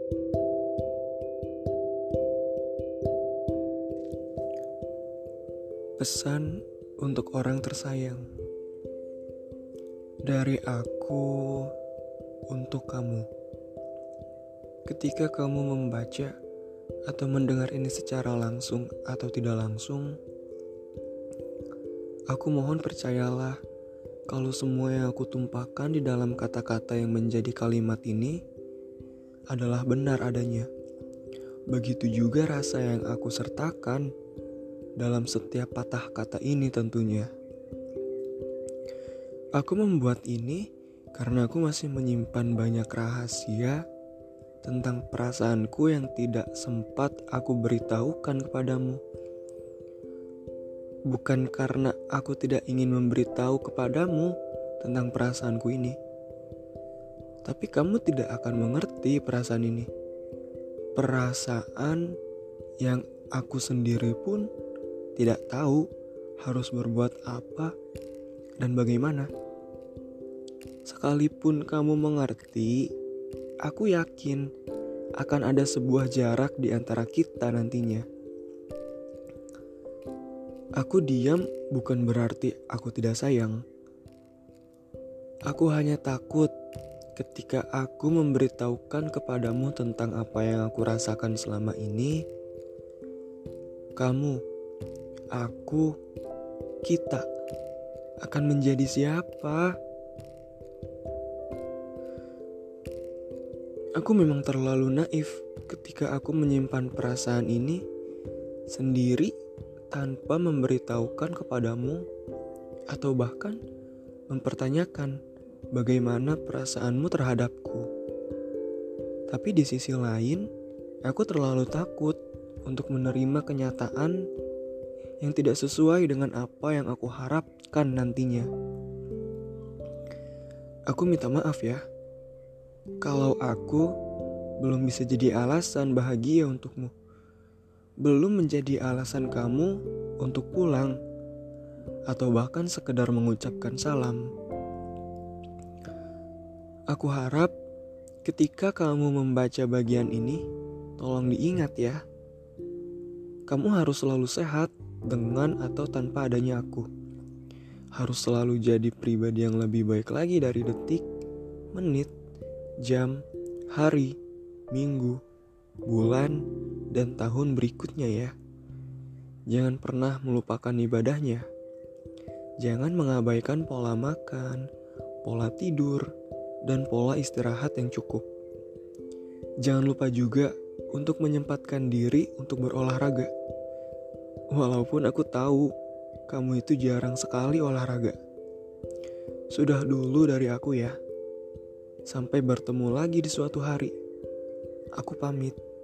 Pesan untuk orang tersayang dari aku untuk kamu. Ketika kamu membaca atau mendengar ini secara langsung atau tidak langsung, aku mohon percayalah kalau semua yang aku tumpahkan di dalam kata-kata yang menjadi kalimat ini adalah benar adanya. Begitu juga rasa yang aku sertakan dalam setiap patah kata ini tentunya. Aku membuat ini karena aku masih menyimpan banyak rahasia tentang perasaanku yang tidak sempat aku beritahukan kepadamu. Bukan karena aku tidak ingin memberitahu kepadamu tentang perasaanku ini, tapi kamu tidak akan mengerti perasaan ini. Perasaan yang aku sendiri pun tidak tahu harus berbuat apa dan bagaimana. Sekalipun kamu mengerti, aku yakin akan ada sebuah jarak di antara kita nantinya. Aku diam bukan berarti aku tidak sayang. Aku hanya takut ketika aku memberitahukan kepadamu tentang apa yang aku rasakan selama ini. Kamu, aku, kita akan menjadi siapa? Aku memang terlalu naif ketika aku menyimpan perasaan ini sendiri tanpa memberitahukan kepadamu atau bahkan mempertanyakan bagaimana perasaanmu terhadapku. Tapi di sisi lain, aku terlalu takut untuk menerima kenyataan yang tidak sesuai dengan apa yang aku harapkan nantinya. Aku minta maaf ya, kalau aku belum bisa jadi alasan bahagia untukmu. Belum menjadi alasan kamu untuk pulang atau bahkan sekedar mengucapkan salam. Aku harap ketika kamu membaca bagian ini, tolong diingat ya. Kamu harus selalu sehat dengan atau tanpa adanya aku. Harus selalu jadi pribadi yang lebih baik lagi dari detik, menit, jam, hari, minggu, bulan, dan tahun berikutnya ya. Jangan pernah melupakan ibadahnya. Jangan mengabaikan pola makan, pola tidur, dan pola istirahat yang cukup. Jangan lupa juga untuk menyempatkan diri untuk berolahraga. Walaupun aku tahu kamu itu jarang sekali olahraga. Sudah dulu dari aku ya. Sampai bertemu lagi di suatu hari. Aku pamit.